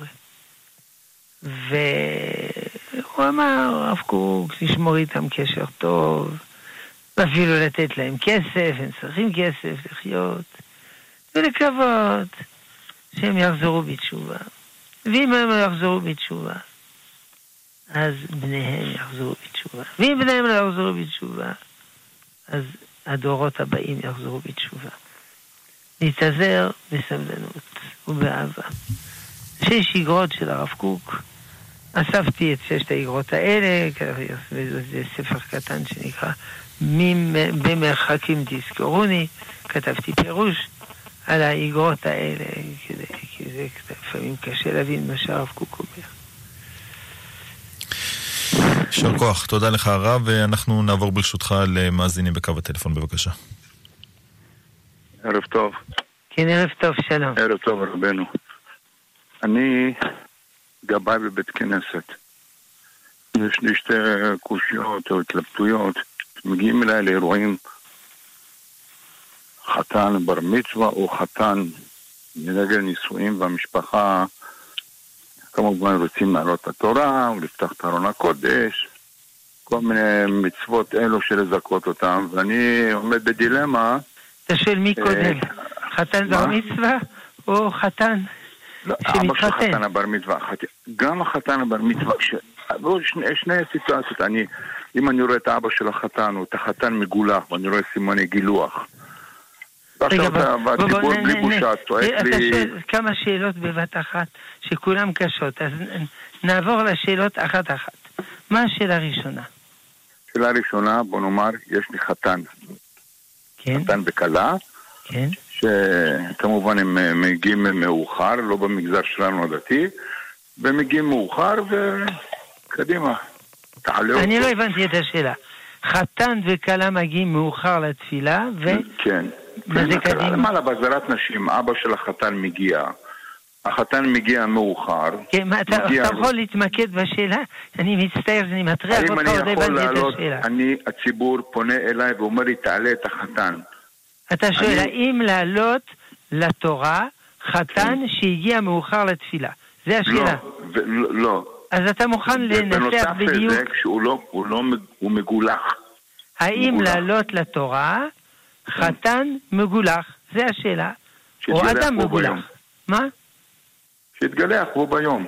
והוא אמר, הרב קוק, לשמור איתם קשר טוב, ואפילו לתת להם כסף, הם צריכים כסף לחיות, ולקוות שהם יחזרו בתשובה. ואם הם לא יחזרו בתשובה, אז בניהם יחזרו בתשובה. ואם בניהם לא יחזרו בתשובה, אז הדורות הבאים יחזרו בתשובה. להתאזר בסבלנות ובאהבה. 6 איגרות של הרב קוק. אספתי את 6 האיגרות האלה, זה ספר קטן שנקרא במרחקים תזכרוני. כתבתי פירוש על האיגרות האלה, כי זה לפעמים קשה להבין מה שהרב קוק אומר. יישר כוח, תודה לך הרב, ואנחנו נעבור ברשותך למאזינים בקו הטלפון, בבקשה. ערב טוב. כן, ערב טוב, שלום. ערב טוב רבנו. אני גבאי בבית כנסת. יש לי 2 קושיות או התלבטויות. מגיעים אליי לאירועים חתן בר מצווה או חתן לרגל נישואים, והמשפחה כמובן רוצים לעלות את התורה, ולפתח את ארון הקודש, כל מיני מצוות אלו שלזכות אותם, ואני עומד בדילמה. אתה שואל מי קודם? חתן בר מצווה או חתן שמתחתן? אבא של חתן הבר מצווה. גם החתן הבר מצווה, שני סיטואציות. אם אני רואה את האבא של החתן, או את החתן מגולח, ואני רואה סימני גילוח. ועכשיו הציבור בלי בושה, צועק לי... אתה שואל כמה שאלות בבת אחת, שכולם קשות, אז נעבור לשאלות אחת-אחת. מה השאלה הראשונה? שאלה ראשונה, בוא נאמר, יש לי חתן. כן. חתן וקלה. כן. שכמובן הם מגיעים מאוחר, לא במגזר שלנו הדתי, והם מגיעים מאוחר וקדימה. אני לא הבנתי את השאלה. חתן וכלה מגיעים מאוחר לתפילה, כן. מה זה קדימה? למעלה בעזרת נשים, אבא של החתן מגיע. החתן מגיע מאוחר. כן, אתה יכול להתמקד בשאלה? אני מצטער, אני מטריח אותך, עוד הבנתי את השאלה. הציבור פונה אליי ואומר לי, תעלה את החתן. אתה שואל, האם לעלות לתורה חתן שהגיע מאוחר לתפילה? זה השאלה. לא. אז אתה מוכן לנסח בדיוק? בנוסף לזה, הוא מגולח. האם לעלות לתורה חתן מגולח? זה השאלה. או אדם מגולח. מה? שיתגלח בו ביום.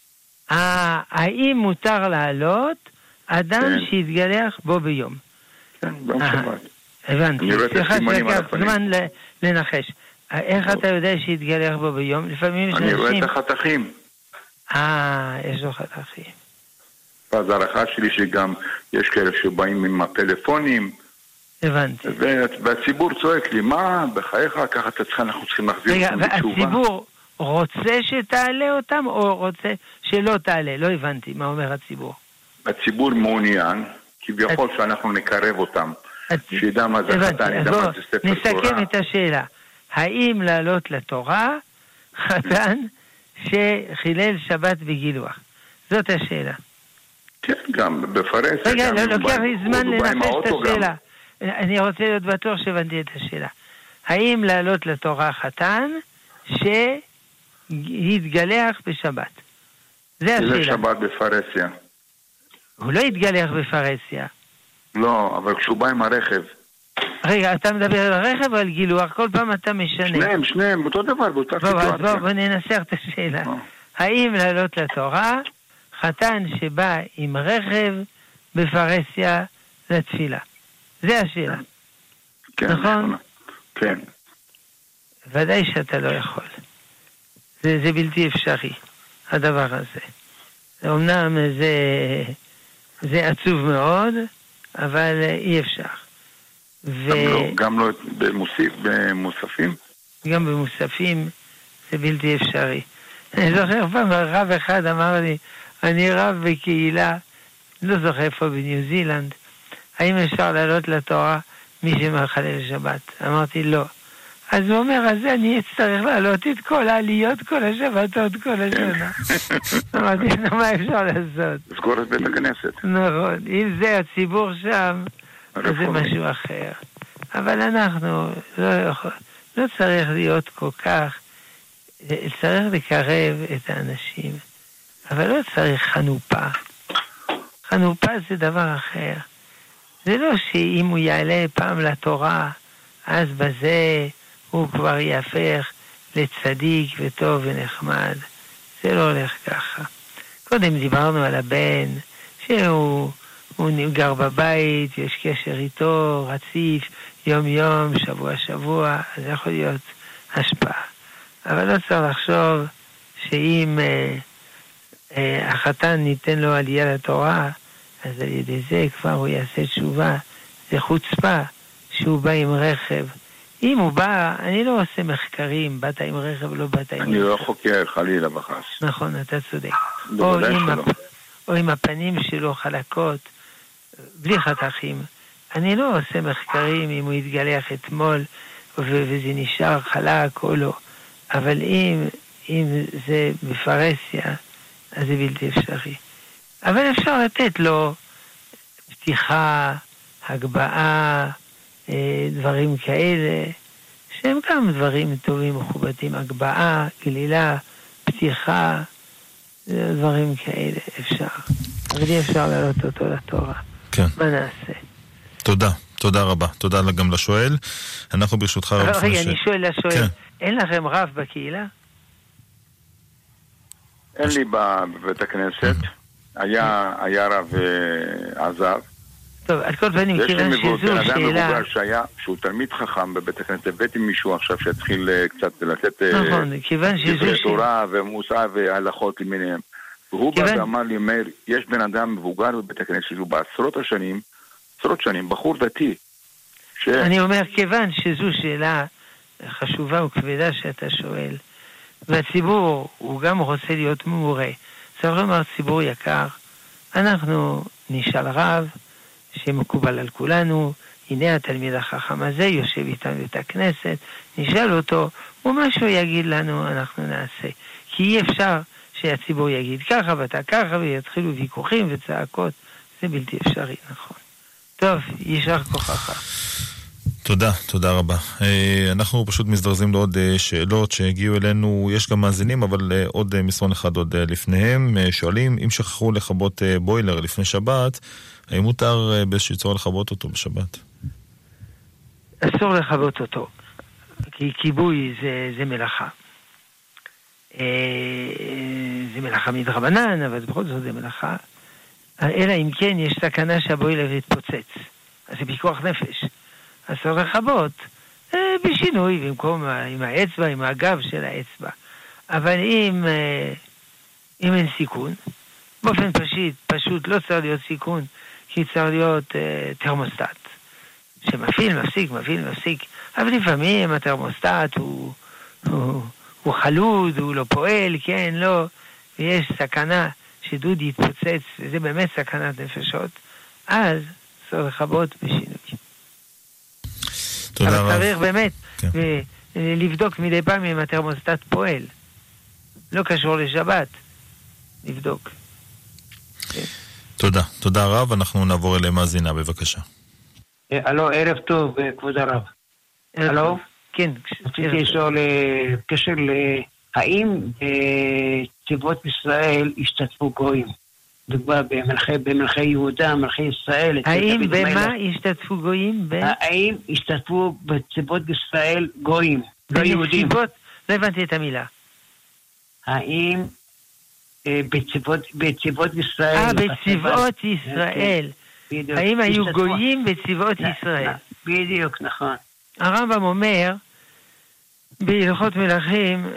האם מותר לעלות אדם שיתגלח בו ביום? כן, ביום שבת. הבנתי. סליחה זמן לנחש. איך אתה יודע שיתגלח בו ביום? לפעמים יש אנשים... אני רואה את החתכים. יש לו חתכים. אז הערכה שלי שגם יש כאלה שבאים עם הפלאפונים. הבנתי. והציבור צועק לי, מה בחייך ככה אנחנו צריכים להחזיר אותם בתשובה. והציבור רוצה שתעלה אותם או רוצה שלא תעלה? לא הבנתי מה אומר הציבור. הציבור מעוניין, כביכול שאנחנו נקרב אותם. שידע מה זה חתן, ידע מה זה ספר תורה. נסכם את השאלה. האם לעלות לתורה חתן שחילל שבת בגילוח? זאת השאלה. כן, גם בפרס. רגע, לוקח לי זמן לנחש את השאלה. אני רוצה להיות בטוח שהבנתי את השאלה. האם לעלות לתורה חתן שיתגלח בשבת? זה השאלה. זה שבת בפרסיה. הוא לא יתגלח בפרסיה. לא, אבל כשהוא בא עם הרכב. רגע, אתה מדבר על הרכב או על גילוח? כל פעם אתה משנה. שניהם, אותו דבר, באותה סיטואציה. בוא ננסח את השאלה. האם לעלות לתורה חתן שבא עם רכב בפרסיה לתפילה? זה השאלה. כן, נכון? כן. ודאי שאתה לא יכול. זה בלתי אפשרי, הדבר הזה. אמנם זה עצוב מאוד, אבל אי אפשר. גם לא במוספים? גם במוספים זה בלתי אפשרי. אני זוכר פעם רב אחד אמר לי, אני רב בקהילה, לא זוכר איפה בניו זילנד, האם אפשר לעלות לתורה מי שמחלל שבת? אמרתי לא. אז הוא אומר, אז אני אצטרך לעלות את כל העליות, כל השבתות, כל השנה. אמרתי, מה אפשר לעשות? לסגור את בית הכנסת. נכון, אם זה הציבור שם, אז זה משהו אחר. אבל אנחנו לא צריך להיות כל כך, צריך לקרב את האנשים, אבל לא צריך חנופה. חנופה זה דבר אחר. זה לא שאם הוא יעלה פעם לתורה, אז בזה הוא כבר יהפך לצדיק וטוב ונחמד. זה לא הולך ככה. קודם דיברנו על הבן, שהוא גר בבית, יש קשר איתו, רציף, יום יום, שבוע שבוע, אז יכול להיות השפעה. אבל לא צריך לחשוב שאם החתן ניתן לו עלייה לתורה, אז על ידי זה כבר הוא יעשה תשובה. זה חוצפה שהוא בא עם רכב. אם הוא בא, אני לא עושה מחקרים, באת עם רכב, לא באת עם רכב. אני לא חוקר חלילה וחס. נכון, אתה צודק. בוודאי שלא. או עם הפנים שלו חלקות, בלי חתכים. אני לא עושה מחקרים אם הוא יתגלח אתמול וזה נשאר חלק או לא. אבל אם זה בפרסיה, אז זה בלתי אפשרי. אבל אפשר לתת לו פתיחה, הגבהה, דברים כאלה, שהם גם דברים טובים ומכובדים. הגבהה, גלילה, פתיחה, דברים כאלה אפשר. אבל אי אפשר להעלות אותו לתורה. כן. מה נעשה? תודה, תודה רבה. תודה גם לשואל. אנחנו ברשותך... רגע, אני שואל לשואל. אין לכם רב בקהילה? אין לי בבית הכנסת. היה רב עזב. טוב, על כל פנים, כיוון שזו שאלה... יש לי מבוגר שהיה, שהוא תלמיד חכם בבית הכנסת, הבאתי מישהו עכשיו שהתחיל קצת לתת דברי תורה ומוסה והלכות למיניהם. והוא בא ואמר לי, מאיר, יש בן אדם מבוגר בבית הכנסת שהוא בעשרות שנים, בחור דתי. אני אומר, כיוון שזו שאלה חשובה וכבדה שאתה שואל, והציבור הוא גם רוצה להיות מעורה, צריך לומר ציבור יקר, אנחנו נשאל רב שמקובל על כולנו, הנה התלמיד החכם הזה יושב איתנו בבית הכנסת, נשאל אותו, ומה שהוא יגיד לנו אנחנו נעשה. כי אי אפשר שהציבור יגיד ככה ואתה ככה, ויתחילו ויכוחים וצעקות, זה בלתי אפשרי, נכון. טוב, יישר כוחך. תודה, תודה רבה. אנחנו פשוט מזדרזים לעוד שאלות שהגיעו אלינו, יש גם מאזינים, אבל עוד מסרון אחד עוד לפניהם. שואלים, אם שכחו לכבות בוילר לפני שבת, האם מותר באיזושהי צורה לכבות אותו בשבת? אסור לכבות אותו, כי כיבוי זה מלאכה. זה מלאכה מדרבנן, אבל בכל זאת זה מלאכה. אלא אם כן יש סכנה שהבוילר יתפוצץ. אז זה פיקוח נפש. אסור לכבות בשינוי, במקום עם האצבע, עם הגב של האצבע. אבל אם אין סיכון, באופן פשוט לא צריך להיות סיכון, כי צריך להיות תרמוסטט. שמפעיל, מפסיק. אבל לפעמים התרמוסטט הוא חלוד, הוא לא פועל, כן, לא. ויש סכנה שדוד יתפוצץ, וזה באמת סכנת נפשות, אז צריך לכבות בשינוי. אבל צריך באמת לבדוק מדי פעם אם התרמוסטט פועל. לא קשור לשבת. לבדוק. תודה. תודה רב. אנחנו נעבור אליהם מאזינה, בבקשה. הלו, ערב טוב, כבוד הרב. הלו? כן. רציתי לשאול קשר האם בצבאות ישראל השתתפו גויים? דוגמה במלכי יהודה, מלכי ישראל. האם במה השתתפו גויים? האם השתתפו בצבאות ישראל גויים, לא יהודים? לא הבנתי את המילה. האם בצבאות ישראל... בצבאות ישראל. האם היו גויים בצבאות ישראל? בדיוק, נכון. הרמב"ם אומר בהלכות מלכים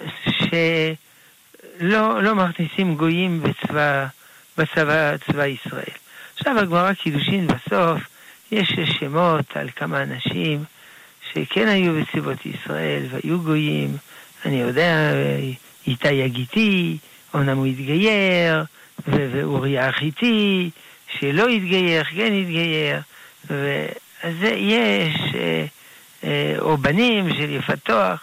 שלא מכניסים גויים צבא ישראל. עכשיו הגמרא קידושין בסוף יש שמות על כמה אנשים שכן היו בצבאות ישראל והיו גויים. אני יודע, איתי הגיתי, אומנם הוא התגייר, ואוריה החיתי שלא התגייר, כן התגייר, אז יש או בנים של יפתוח.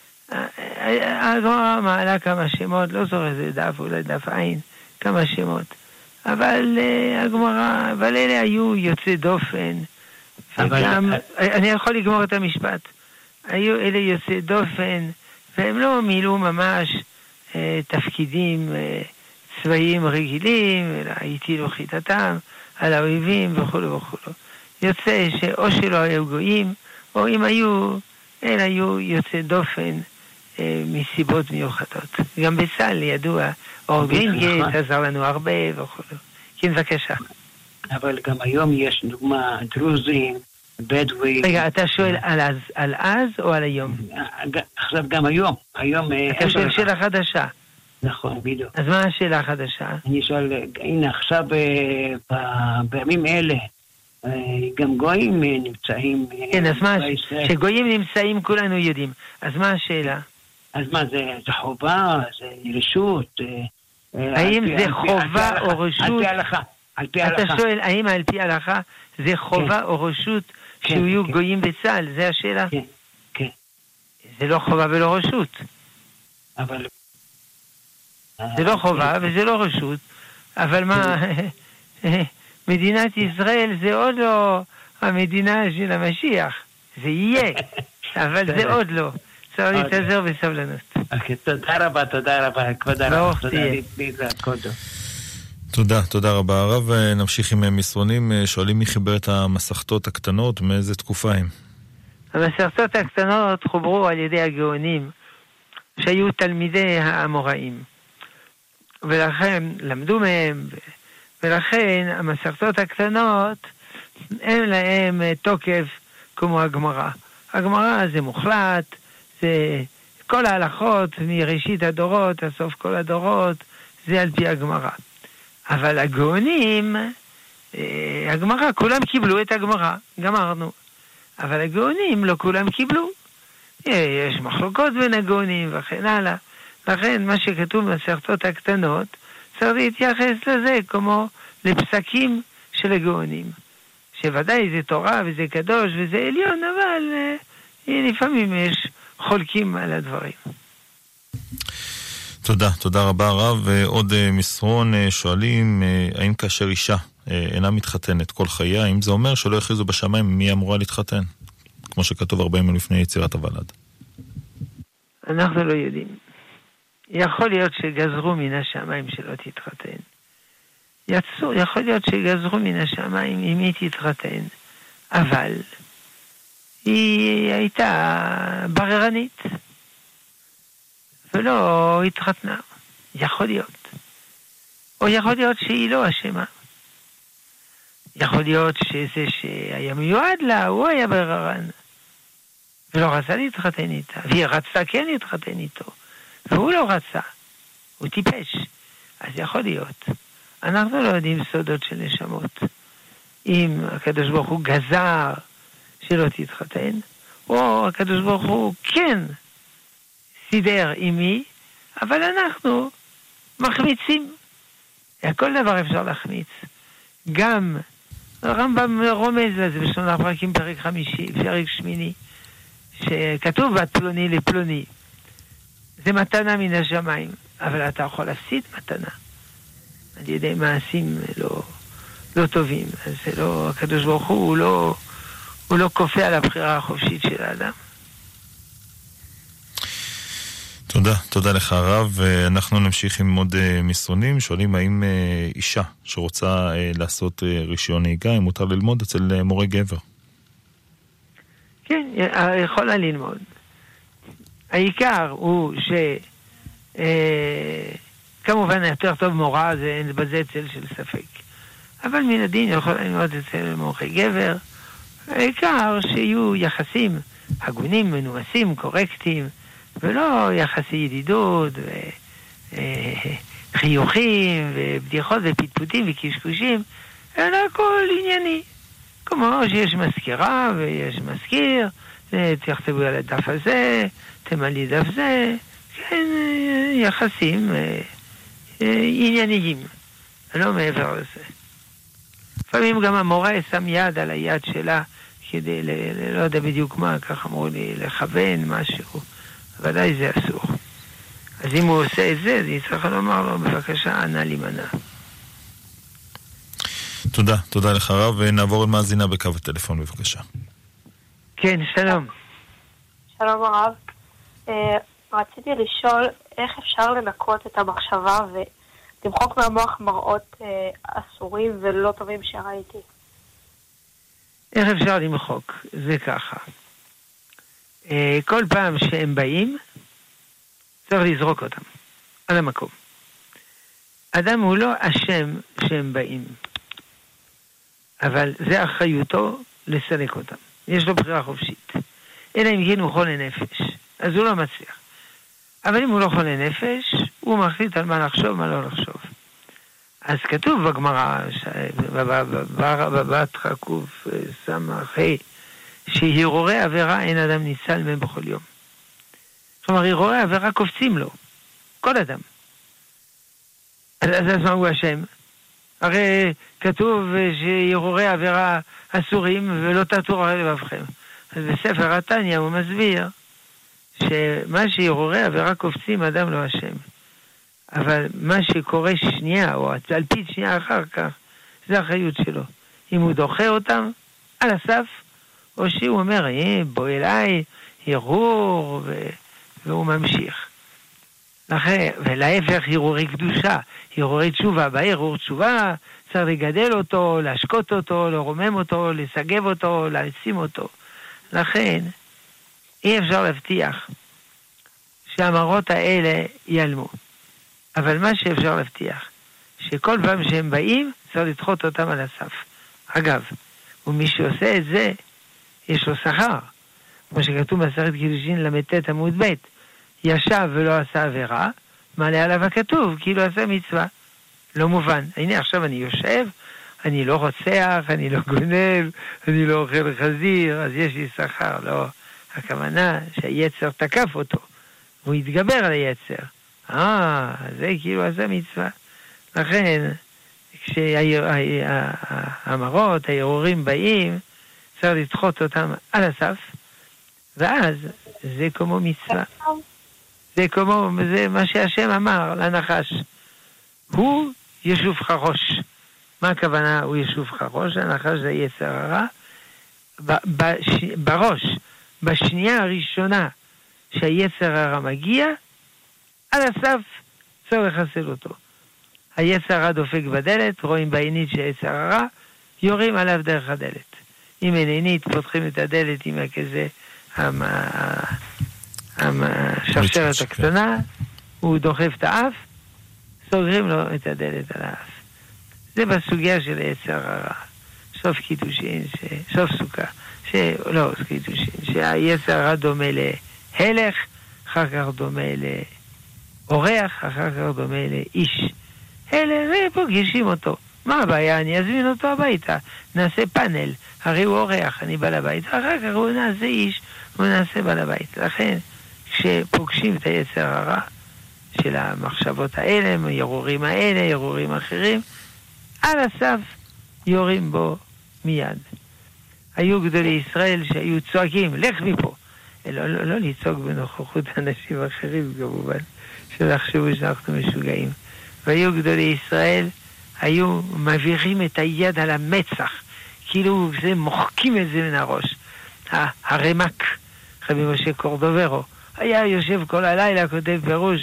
הגמרא מעלה כמה שמות, לא זוכר איזה דף, אולי דף עין, כמה שמות. אבל הגמרא, אבל אלה היו יוצאי דופן. וגם, אני יכול לגמור את המשפט. היו אלה יוצאי דופן, והם לא מילאו ממש תפקידים צבאיים רגילים, אלא הטילו חיתתם על האויבים וכו' וכו'. יוצא שאו שלא היו גויים, או אם היו, אלה היו יוצאי דופן מסיבות מיוחדות. גם בצה"ל ידוע, אור גרינגייט עזר לנו הרבה וכו'. כן, בבקשה. אבל גם היום יש דוגמה דרוזים, בדואים. רגע, אתה שואל על אז או על היום? עכשיו גם היום. אתה שואל שאלה חדשה. נכון, בדיוק. אז מה השאלה החדשה? אני שואל, הנה עכשיו בימים אלה, גם גויים נמצאים... כן, אז מה, שגויים נמצאים כולנו יודעים. אז מה השאלה? אז מה, זה חובה? זה רשות? האם זה חובה או רשות? על פי ההלכה. אתה שואל, האם על פי ההלכה זה חובה או רשות שיהיו גויים בצה"ל? זה השאלה? כן. זה לא חובה ולא רשות. אבל... זה לא חובה וזה לא רשות. אבל מה... מדינת ישראל זה עוד לא המדינה של המשיח. זה יהיה, אבל זה עוד לא. צריך להתעזר בסבלנות. תודה רבה, כבוד הרב, תודה להתראות, כל טוב. תודה רבה הרב. נמשיך עם מסרונים. שואלים מי חיבר את המסכתות הקטנות, מאיזה תקופה הם? המסכתות הקטנות חוברו על ידי הגאונים שהיו תלמידי האמוראים, ולכן למדו מהם, ולכן המסכתות הקטנות אין להם תוקף כמו הגמרא. הגמרא זה מוחלט, זה כל ההלכות מראשית הדורות עד סוף כל הדורות, זה על פי הגמרא. אבל הגאונים, הגמרא, כולם קיבלו את הגמרא, גמרנו. אבל הגאונים לא כולם קיבלו. יש מחלוקות בין הגאונים וכן הלאה. לכן מה שכתוב במסכתות הקטנות צריך להתייחס לזה כמו לפסקים של הגאונים. שוודאי זה תורה וזה קדוש וזה עליון, אבל לפעמים יש חולקים על הדברים. תודה רבה הרב. עוד מסרון, שואלים האם כאשר אישה אינה מתחתנת כל חייה, האם זה אומר שלא יכריזו בשמיים מי אמורה להתחתן, כמו שכתוב 40 ימים לפני יצירת הוולד? אנחנו לא יודעים. יכול להיות שגזרו מן השמיים שלא תתחתן. יכול להיות שגזרו מן השמיים אם היא תתחתן, אבל היא הייתה בררנית ולא התחתנה. יכול להיות. או יכול להיות שהיא לא אשמה. יכול להיות שזה שהיה מיועד לה, הוא היה בררן ולא רצה להתחתן איתה, והיא רצתה כן להתחתן איתו והוא לא רצה, הוא טיפש. אז יכול להיות. אנחנו לא יודעים סודות של נשמות. אם הקדוש ברוך הוא גזר שלא תתחתן, או הקדוש ברוך הוא כן סידר עימי, אבל אנחנו מחמיצים. כל דבר אפשר להחמיץ. גם הרמב"ם רומז לזה בשונה הפרקים פרק 5, פרק 8, שכתוב בת פלוני לפלוני. זה מתנה מן השמיים, אבל אתה יכול להפסיד מתנה על ידי מעשים לא טובים. אז זה לא, הקדוש ברוך הוא לא כופה על הבחירה החופשית של האדם. תודה לך הרב. אנחנו נמשיך עם עוד מסרונים. שואלים האם אישה שרוצה לעשות רישיון נהיגה, אם מותר ללמוד אצל מורה גבר? כן, יכולה ללמוד. העיקר הוא כמובן יותר טוב מורה, זה אין בזה צל של ספק. אבל מן הדין יכול ללמוד אצל מורה גבר. העיקר שיהיו יחסים הגונים, מנומסים, קורקטים, ולא יחסי ידידות וחיוכים ובדיחות ופטפוטים וקשקושים, אלא הכל ענייני. כמו שיש מזכירה ויש מזכיר, תכתבו על הדף הזה, תמלאי דף זה, כן, יחסים ענייניים, לא מעבר לזה. לפעמים גם המורה שם יד על היד שלה כדי, לא יודע בדיוק מה, כך אמרו לי, לכוון משהו. ודאי זה אסור. אז אם הוא עושה את זה, אני צריך לומר לו, בבקשה, אנא להימנע. תודה לך רב, ונעבור אל מאזינה בקו הטלפון, בבקשה. כן, שלום. שלום הרב. רציתי לשאול איך אפשר לנקות את המחשבה ולמחוק מהמוח מראות אסורים ולא טובים שראיתי. איך אפשר למחוק? זה ככה. כל פעם שהם באים, צריך לזרוק אותם על המקום. אדם הוא לא אשם שהם באים, אבל זה אחריותו לסלק אותם. יש לו בחירה חופשית. אלא אם כן הוא חולה נפש, אז הוא לא מצליח. אבל אם הוא לא חולה נפש, הוא מחליט על מה לחשוב, מה לא לחשוב. אז כתוב בגמרא, בבת חקוף סמכי, שהרהורי עבירה אין אדם ניצל מהם בכל יום. כלומר, הרהורי עבירה קופצים לו. כל אדם. אז מה הוא אשם? הרי כתוב שהרהורי עבירה אסורים ולא תטור על לבבכם. אז בספר התניא הוא מסביר שמה שהרהורי עבירה קופצים, אדם לא אשם. אבל מה שקורה שנייה, או אלפית שנייה אחר כך, זה האחריות שלו. אם הוא דוחה אותם על הסף, או שהוא אומר, בוא אליי, הרהור, והוא ממשיך. ולהפך, הרהורי קדושה, הרהורי תשובה. בהרהור תשובה צריך לגדל אותו, להשקות אותו, לרומם אותו, לסגב אותו, לשים אותו. לכן, אי אפשר להבטיח שהמראות האלה ייעלמו. אבל מה שאפשר להבטיח, שכל פעם שהם באים, צריך לדחות אותם על הסף. אגב, ומי שעושה את זה, יש לו שכר. כמו שכתוב במסכת קידושין ל"ט עמוד ב', ישב ולא עשה עבירה, מעלה עליו הכתוב, כאילו עשה מצווה. לא מובן. הנה עכשיו אני יושב, אני לא רוצח, אני לא גונב, אני לא אוכל חזיר, אז יש לי שכר. לא, הכוונה שהיצר תקף אותו, והוא יתגבר על היצר. זה כאילו עשה מצווה. לכן, כשהמראות, הערעורים באים, צריך לדחות אותם על הסף, ואז זה כמו מצווה. זה מה שהשם אמר לנחש. הוא ישוב חרוש. מה הכוונה הוא ישוב חרוש? הנחש זה יצר הרע. בראש, בשנייה הראשונה שהיצר הרע מגיע, על הסף צריך לחסל אותו. היצר הרע דופק בדלת, רואים בעינית שהיצר הרע, יורים עליו דרך הדלת. אם אין עינית, פותחים את הדלת עם כזה השרשרת הקטנה, הוא דוחף את האף, סוגרים לו את הדלת על האף. זה בסוגיה של היצר הרע. סוף קידושין, סוף סוכה, לא קידושין, שהיצר הרע דומה להלך, אחר כך דומה לאורח, אחר כך דומה לאיש. אלה, פוגשים אותו. מה הבעיה? אני אזמין אותו הביתה. נעשה פאנל. הרי הוא אורח, אני בא לבית. אחר כך הוא נעשה איש, הוא נעשה בא לבית. לכן, כשפוגשים את היצר הרע של המחשבות האלה, ירורים האלה, ירורים אחרים, על הסף יורים בו מיד. היו גדולי ישראל שהיו צועקים, לך מפה. לא לצעוק בנוכחות אנשים אחרים, כמובן, שלחשבו שאנחנו משוגעים. והיו גדולי ישראל, היו מעבירים את היד על המצח, כאילו זה מוחקים את זה מן הראש. הרמק, רבי משה קורדוברו, היה יושב כל הלילה, כותב פירוש,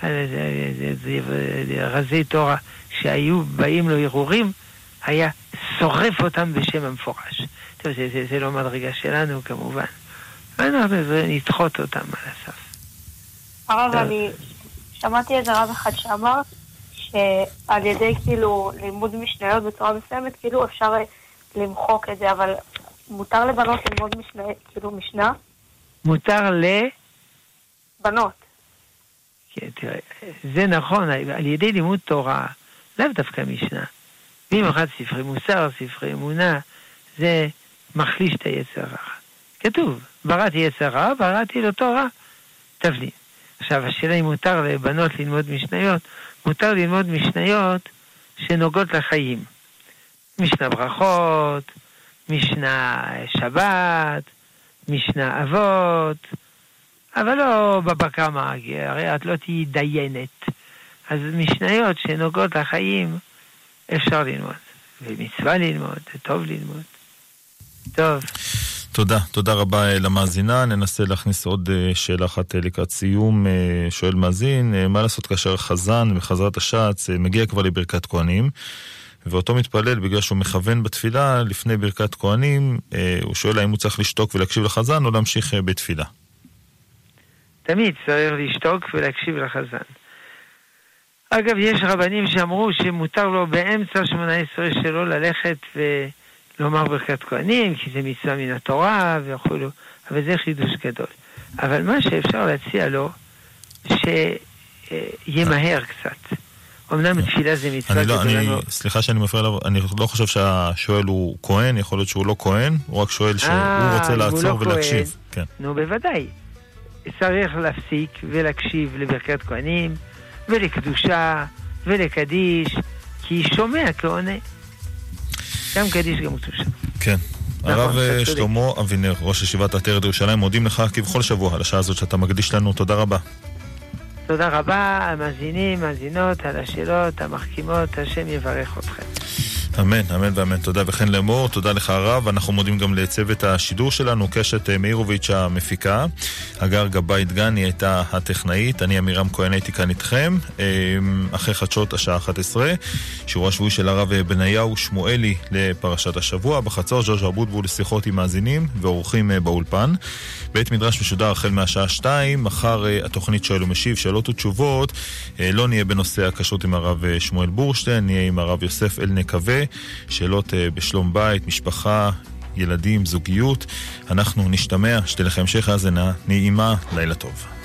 רזי תורה, שהיו באים לו ערעורים, היה שורף אותם בשם המפורש. טוב, זה לא מדרגה שלנו כמובן. ואנחנו נדחות אותם על הסף. הרב, אני שמעתי איזה רב אחד שאמר, שעל ידי כאילו לימוד משניות בצורה מסוימת, כאילו אפשר למחוק את זה, אבל מותר לבנות ללמוד כאילו משנה? מותר בנות. כן, תראה, זה נכון, על ידי לימוד תורה, לאו דווקא משנה. במיוחד ספרי מוסר, ספרי אמונה, זה מחליש את היצר הרע. כתוב, בראתי יצר רע, בראתי לו תורה. תבלין. עכשיו, השאלה אם מותר לבנות ללמוד משניות, מותר ללמוד משניות שנוגעות לחיים. משנה ברכות, משנה שבת, משנה אבות, אבל לא בבא קמא, הרי את לא תהיי דיינת. אז משניות שנוגעות לחיים אפשר ללמוד. ומצווה ללמוד, זה טוב ללמוד. טוב. תודה רבה למאזינה. ננסה להכניס עוד שאלה אחת לקראת סיום. שואל מאזין, מה לעשות כאשר חזן בחזרת השץ מגיע כבר לברכת כהנים, ואותו מתפלל בגלל שהוא מכוון בתפילה לפני ברכת כהנים, הוא שואל האם הוא צריך לשתוק ולהקשיב לחזן או להמשיך בתפילה. תמיד צריך לשתוק ולהקשיב לחזן. אגב, יש רבנים שאמרו שמותר לו באמצע 18 שלו ללכת ולומר ברכת כהנים, כי זה מצווה מן התורה וכו', אבל זה חידוש גדול. אבל מה שאפשר להציע לו, שימהר קצת. אמנם תפילה זה מצווה גדולה. סליחה שאני מפריע לו, אני לא חושב שהשואל הוא כהן, יכול להיות שהוא לא כהן, הוא רק שואל שהוא רוצה לעצור ולהקשיב. נו, בוודאי. צריך להפסיק ולהקשיב לברכת כהנים, ולקדושה, ולקדיש, כי שומע כהונה. גם קדיש, גם קדושה. כן. הרב שלמה אבינר, ראש ישיבת עטרת ירושלים, מודים לך כבכל שבוע על השעה הזאת שאתה מקדיש לנו. תודה רבה. תודה רבה, המאזינים, מאזינות, על השאלות המחכימות, השם יברך אתכם. אמן, אמן ואמן. תודה וכן לאמור, תודה לך הרב. אנחנו מודים גם לצוות השידור שלנו, קשת מאירוביץ' המפיקה, הגר גבאי דגני הייתה הטכנאית, אני אמירם כהן הייתי כאן איתכם, אחרי חדשות השעה 11, שיעור השבועי של הרב בניהו שמואלי לפרשת השבוע, בחצור ז'וז' אבוטבול לשיחות עם מאזינים ואורחים באולפן. בית מדרש משודר החל מהשעה 2, מחר התוכנית שואל ומשיב, שאלות ותשובות, לא נהיה בנושא הקשרות עם הרב שמואל בורשטיין, נהיה עם הרב יוסף אל נקווה, שאלות בשלום בית, משפחה, ילדים, זוגיות. אנחנו נשתמע, שתהיה לכם המשך האזנה נעימה, לילה טוב.